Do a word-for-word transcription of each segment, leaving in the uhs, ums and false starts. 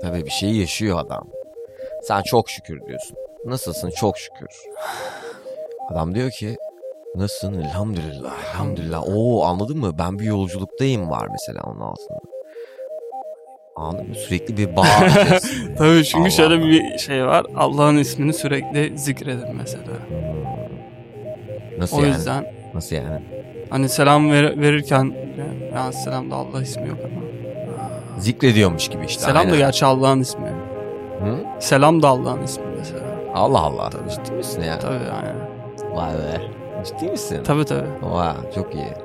Tabii bir şeyi yaşıyor adam. Sen çok şükür diyorsun. Nasılsın? Çok şükür. Adam diyor ki nasılsın? Elhamdülillah. Elhamdülillah. Oo, anladın mı? Ben bir yolculuktayım var mesela onun altında. Anladın mı? Sürekli bir bağ içerisinde. Tabii çünkü Allah şöyle Allah. bir şey var. Allah'ın ismini sürekli zikredin mesela. Nasıl O yani? yüzden Nasıl yani? hani selam ver, verirken yani, yani selamda Allah ismi yok ama. Zikrediyormuş gibi işte. Selam da aynen. gerçi Allah'ın ismi. Hı? Selam da Allah'ın ismi mesela. Allah Allah. Ciddi misin ya? Tabii yani. Vay be. Ciddi misin? Tabii tabii. Vay, çok iyi.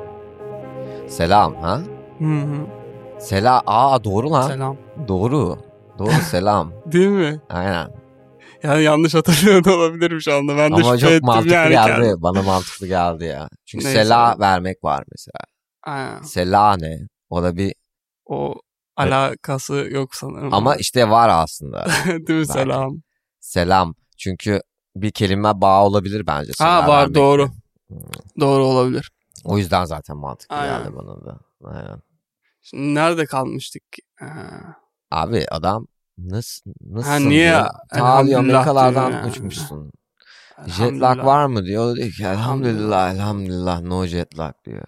Selam ha? Hı hı. Selam. Aa, doğru lan. Selam. Doğru. Doğru, selam. Değil mi? Aynen. Yani yanlış hatırlıyor da olabilirim şu anda. Ben de Ama şüphe çok ettim mantıklı yani geldi. kendim. Bana mantıklı geldi ya. Çünkü Neyse. sela vermek var mesela. Aynen. Sela ne? O da bir... O alakası yok sanırım. Ama işte var aslında. Değil mi Belki. selam? Selam. Çünkü bir kelime bağ olabilir bence. Sela Ha var, vermek doğru. de. Hmm. Doğru olabilir. O yüzden zaten mantıklı Aynen. geldi bana da. Aynen. Şimdi nerede kalmıştık ki? Ha. Abi adam nasıl nasılsın Ha, niye diyor. Ta diyor elhamdülillah Amerikalardan diyor yani. uçmuşsun. Jet Elhamdülillah. lag var mı diyor. O diyor ki elhamdülillah Elhamdülillah. elhamdülillah no jet lag diyor.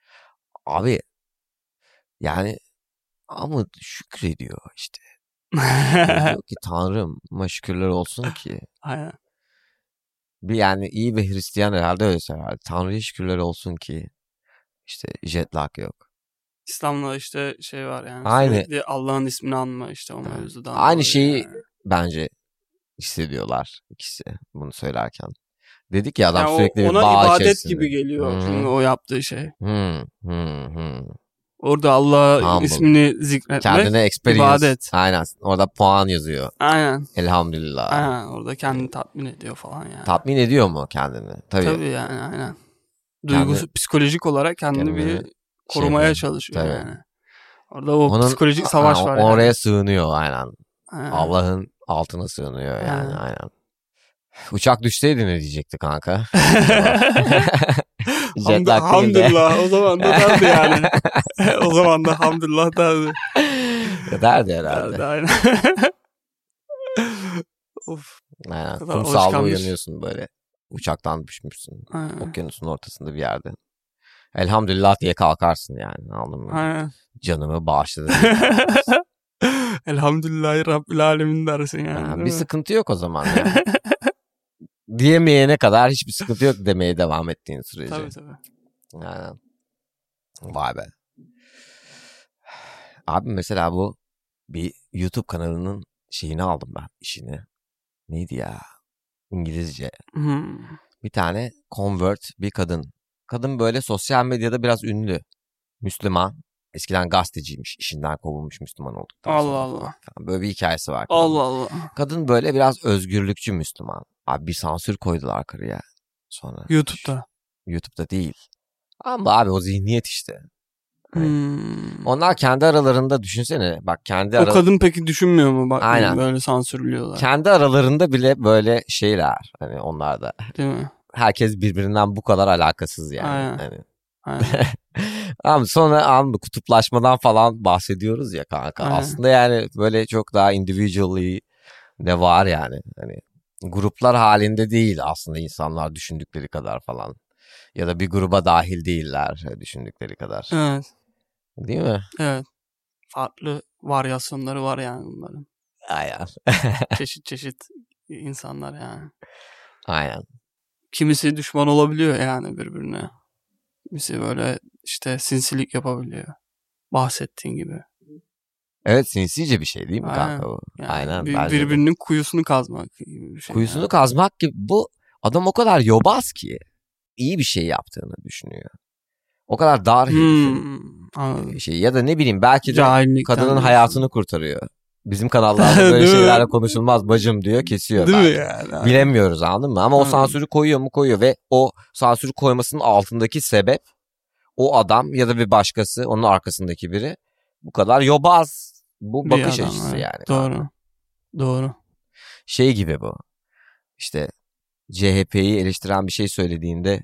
Abi yani ama şükrediyor işte. Diyor ki Tanrım'a şükürler olsun ki. Aynen. Bir yani iyi bir Hristiyan herhalde öyle söyler. Tanrı'ya şükürler olsun ki işte jet lag yok. İslam'da işte şey var yani. Aynı. Sürekli Allah'ın ismini anma işte o mevzudan. Aynı dolayı şeyi yani. bence hissediyorlar ikisi bunu söylerken. Dedik ya adam Yani o- sürekli bir ona bağ ibadet içerisinde. gibi geliyor Hı-hı. çünkü o yaptığı şey. Hı hı hı. Orada Allah'ın Humble. ismini zikretmek Kendine experience. ibadet. Aynen. Orada puan yazıyor. Aynen. Elhamdülillah. Aynen. Orada kendini tatmin ediyor falan yani. Tatmin ediyor mu kendini? Tabii. Tabii yani aynen. Duygusu Kendi- psikolojik olarak kendini kendini bir şey korumaya yapıyor. çalışıyor Tabii. yani. Orada o psikolojik savaş ha, var oraya yani. sığınıyor aynen. Aynen. Allah'ın altına sığınıyor yani Aynen. aynen. Uçak düşseydi ne diyecekti kanka? Jet Hamd- lag değil de. Hamdülillah o zaman da derdi yani. O zaman da hamdülillah derdi. Derdi herhalde. Derdi aynen. Of. Aynen. kadar Kumsalda alışkanmış. uyanıyorsun böyle. Uçaktan düşmüşsün. Aynen. Okyanusun ortasında bir yerde. Elhamdülillah diye kalkarsın yani. Anladın mı? Aynen. Canımı bağışladı. Elhamdülillahi Rabbil Alemin dersin yani. Yani değil bir mi? sıkıntı yok o zaman. Yani. Diyemeyene kadar hiçbir sıkıntı yok demeye devam ettiğin sürece. Tabii tabii. Yani. Vay be. Abi mesela bu bir YouTube kanalının şeyini aldım ben, işini. Neydi ya? İngilizce. Hmm. Bir tane convert bir kadın. Kadın böyle sosyal medyada biraz ünlü. Müslüman. Eskiden gazeteciymiş. İşinden kovulmuş Müslüman olduktan Allah sonra. Allah. Falan. Böyle bir hikayesi var. kadının. Allah Allah. Kadın böyle biraz özgürlükçü Müslüman. Abi bir sansür koydular karıya. Sonra. YouTube'da. YouTube'da değil. Ama abi o zihniyet işte. Hani Hmm. onlar kendi aralarında düşünsene. Bak kendi O ara... kadın peki düşünmüyor mu? Bak Aynen. böyle sansürlüyorlar. Kendi aralarında bile böyle şeyler. Hani onlar da. Değil mi? Herkes birbirinden bu kadar alakasız yani. Aynen. Hani. Aynen. Ama sonra abi kutuplaşmadan falan bahsediyoruz ya kanka. Aynen. Aslında yani böyle çok daha individually de var yani. Hani gruplar halinde değil aslında insanlar düşündükleri kadar falan. Ya da bir gruba dahil değiller düşündükleri kadar. Evet. Değil mi? Evet. Farklı varyasyonları var yani bunların. Aynen. Çeşit çeşit insanlar yani. Aynen. Kimisi düşman olabiliyor yani birbirine. Kimisi böyle işte sinsilik yapabiliyor. Bahsettiğin gibi. Evet, sinsice bir şey değil mi Aynen. kanka bu? Yani Aynen. bir, bence de. birbirinin kuyusunu kazmak gibi bir şey. Kuyusunu yani. kazmak gibi bu adam o kadar yobaz ki iyi bir şey yaptığını düşünüyor. O kadar dar herifin Hmm, anladım. şey ya da ne bileyim belki de Cahillikten kadının diyorsun. hayatını kurtarıyor. Bizim kanallarda böyle Değil mi? şeylerle konuşulmaz bacım diyor, kesiyor. Değil mi belki. yani? Aynen. Bilemiyoruz, anladın mı? Ama o Aynen. sansürü koyuyor mu koyuyor ve o sansürü koymasının altındaki sebep o adam ya da bir başkası, onun arkasındaki biri bu kadar yobaz. Bu Bir bakış adam, açısı evet. yani. Doğru. Doğru. Şey gibi bu. İşte C H P'yi eleştiren bir şey söylediğinde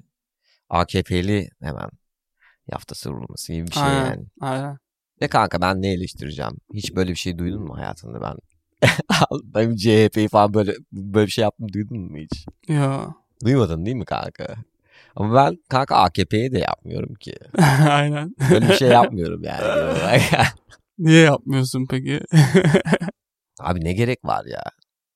A K P'li hemen yaftası vurulması gibi bir şey Aynen. yani. Aynen. Ve kanka ben ne eleştireceğim? Hiç böyle bir şey duydun mu hayatında? Ben Benim C H P'yi falan böyle böyle bir şey yaptım, duydun mu hiç? Ya. Duymadın değil mi kanka? Ama ben kanka A K P'ye de yapmıyorum ki. Aynen. Böyle bir şey yapmıyorum yani. Niye yapmıyorsun peki? Abi ne gerek var ya?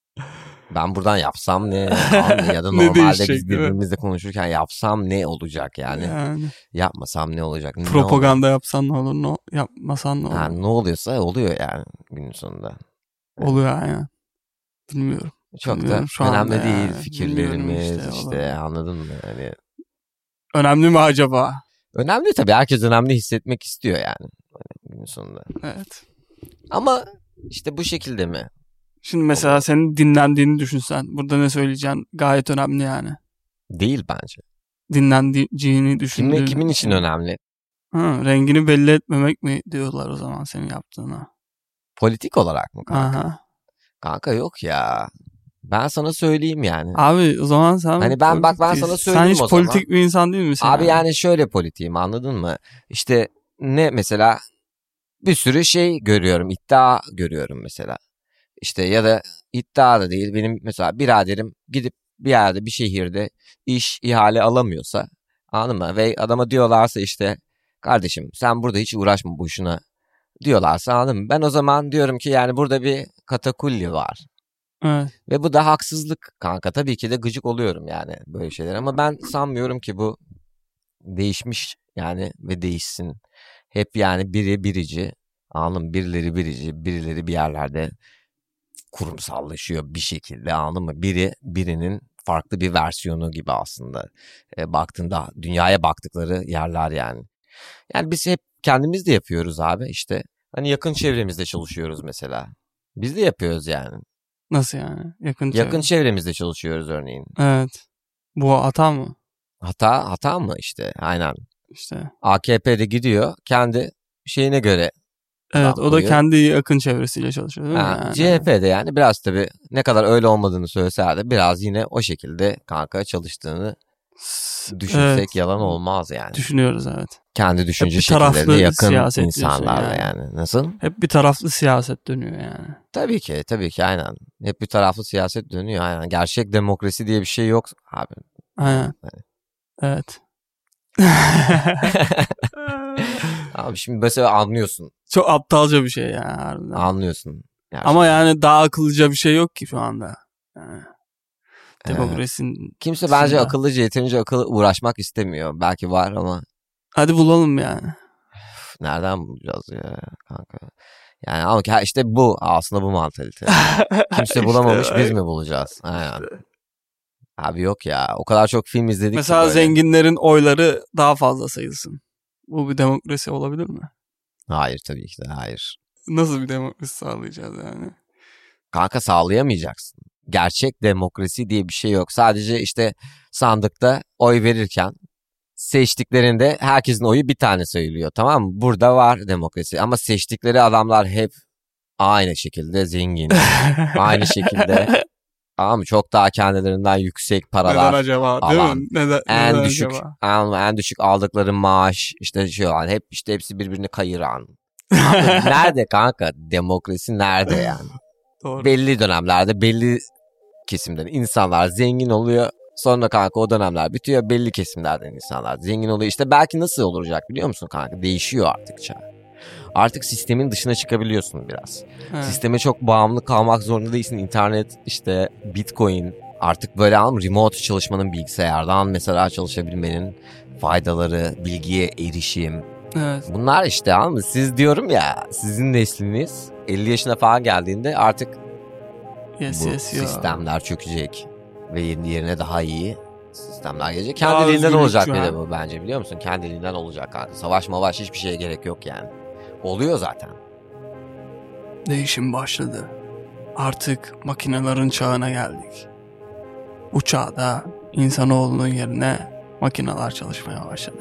Ben buradan yapsam ne? Ya da Ne normalde değişecek, biz değil mi? birbirimizle konuşurken yapsam ne olacak yani? Yani. Yapmasam ne olacak? Ne Propaganda yapsan ne olur, ne yapmasan ne olur. olur? Ha, ne oluyorsa oluyor yani günün sonunda. Oluyor yani. Bilmiyorum. Çok Bilmiyorum da şu anda önemli değil yani. fikirlerimiz Bilmiyorum işte, işte, anladın mı? Hani Önemli mi acaba? önemli tabii, herkes önemli hissetmek istiyor yani günün sonunda. Evet. Ama işte bu şekilde mi? Şimdi mesela senin dinlendiğini düşünsen. Burada ne söyleyeceksin gayet önemli yani. Değil bence. Dinlendiğini düşündüğün. Kimin, kimin için önemli? Ha, rengini belli etmemek mi diyorlar o zaman senin yaptığına? Politik olarak mı kanka? Aha. Kanka yok ya. Ben sana söyleyeyim yani. Abi o zaman sen Hani ben bak ben politik sana değilsin. söyleyeyim Sen o hiç zaman. politik bir insan değil misin? Abi yani? yani şöyle politiğim, anladın mı? İşte ne mesela, bir sürü şey görüyorum, iddia görüyorum mesela. İşte ya da iddia da değil, benim mesela biraderim gidip bir yerde bir şehirde iş ihale alamıyorsa, anladın mı? Ve adama diyorlarsa işte kardeşim sen burada hiç uğraşma boşuna diyorlarsa, anladın mı? Ben o zaman diyorum ki yani burada bir katakulli var. Evet. Ve bu da haksızlık kanka. Tabii ki de gıcık oluyorum yani böyle şeyler. Ama ben sanmıyorum ki bu değişmiş yani ve değişsin. Hep yani biri birici. Anladın mı? Birileri birici. Birileri bir yerlerde kurumsallaşıyor bir şekilde, anladın mı? Biri birinin farklı bir versiyonu gibi aslında. E, baktığında dünyaya baktıkları yerler yani. Yani biz hep kendimiz de yapıyoruz abi işte. Hani yakın çevremizde çalışıyoruz mesela. Biz de yapıyoruz yani. Nasıl yani? Yakın, Yakın çevre. çevremizde çalışıyoruz örneğin. Evet. Bu hata mı? Hata hata mı işte, aynen. İşte. A K P'de gidiyor kendi şeyine göre. Evet, o da koyuyor. kendi yakın çevresiyle çalışıyor değil mi? Ha, Yani? C H P'de yani biraz tabii ne kadar öyle olmadığını söyleseler de biraz yine o şekilde kanka çalıştığını düşünsek Evet. yalan olmaz yani. Düşünüyoruz evet. Kendi düşünce bir taraflı şekillerine yakın siyaset insanlarla diyorsun yani. Nasıl? Hep bir taraflı siyaset dönüyor yani. Tabii ki tabii ki aynen. Hep bir taraflı siyaset dönüyor aynen. Gerçek demokrasi diye bir şey yok abi. Aynen. Evet. Abi şimdi mesela anlıyorsun. Çok aptalca bir şey yani harbiden. Anlıyorsun. Gerçekten. Ama yani daha akıllıca bir şey yok ki şu anda. Yani Ee, demokrasinin kimse dışında. bence akıllıca, yeterince akıllı uğraşmak istemiyor. Belki var ama Hadi bulalım yani. üf, nereden bulacağız ya kanka? Yani ama ki- ha işte bu aslında bu mantalite. Kimse İşte bulamamış, biz öyle. mi bulacağız? Aynen. Abi yok ya. O kadar çok film izledik Mesela ki böyle. zenginlerin oyları daha fazla sayılsın. Bu bir demokrasi olabilir mi? Hayır tabii ki de hayır. Nasıl bir demokrasi sağlayacağız yani? Kanka sağlayamayacaksın. Gerçek demokrasi diye bir şey yok. Sadece işte sandıkta oy verirken seçtiklerinde herkesin oyu bir tane sayılıyor, tamam mı? Burada var demokrasi ama seçtikleri adamlar hep aynı şekilde zengin. Aynı şekilde, tamam mı? Çok daha kendilerinden yüksek paralar Neden acaba? Değil alan. mi? Neden, En neden düşük acaba? en, en düşük aldıkları maaş işte şey olan, hep işte hepsi birbirini kayıran. Abi nerede kanka? Demokrasi nerede yani? Doğru. Belli dönemlerde belli kesimden insanlar zengin oluyor. Sonra kanka o dönemler bitiyor. Belli kesimlerden insanlar zengin oluyor. İşte belki nasıl olacak biliyor musun kanka? Değişiyor arttıkça. Artık sistemin dışına çıkabiliyorsun biraz. Evet. Sisteme çok bağımlı kalmak zorunda değilsin. İnternet, işte Bitcoin, artık böyle anladın mı? Remote çalışmanın, bilgisayardan mesela çalışabilmenin faydaları, bilgiye erişim. Evet. Bunlar işte, anladın mı? Siz diyorum ya, sizin nesliniz elli yaşına falan geldiğinde artık Yes, bu yes, ya. sistemler çökecek ve yerine daha iyi sistemler gelecek. Daha Kendiliğinden özgürlükçü olacak bir ha. de bu bence, biliyor musun? Kendiliğinden olacak kanka. Savaş mavaş hiçbir şeye gerek yok yani. Oluyor zaten. Değişim başladı. Artık makinelerin çağına geldik. Bu çağda insanoğlunun yerine makineler çalışmaya başladı.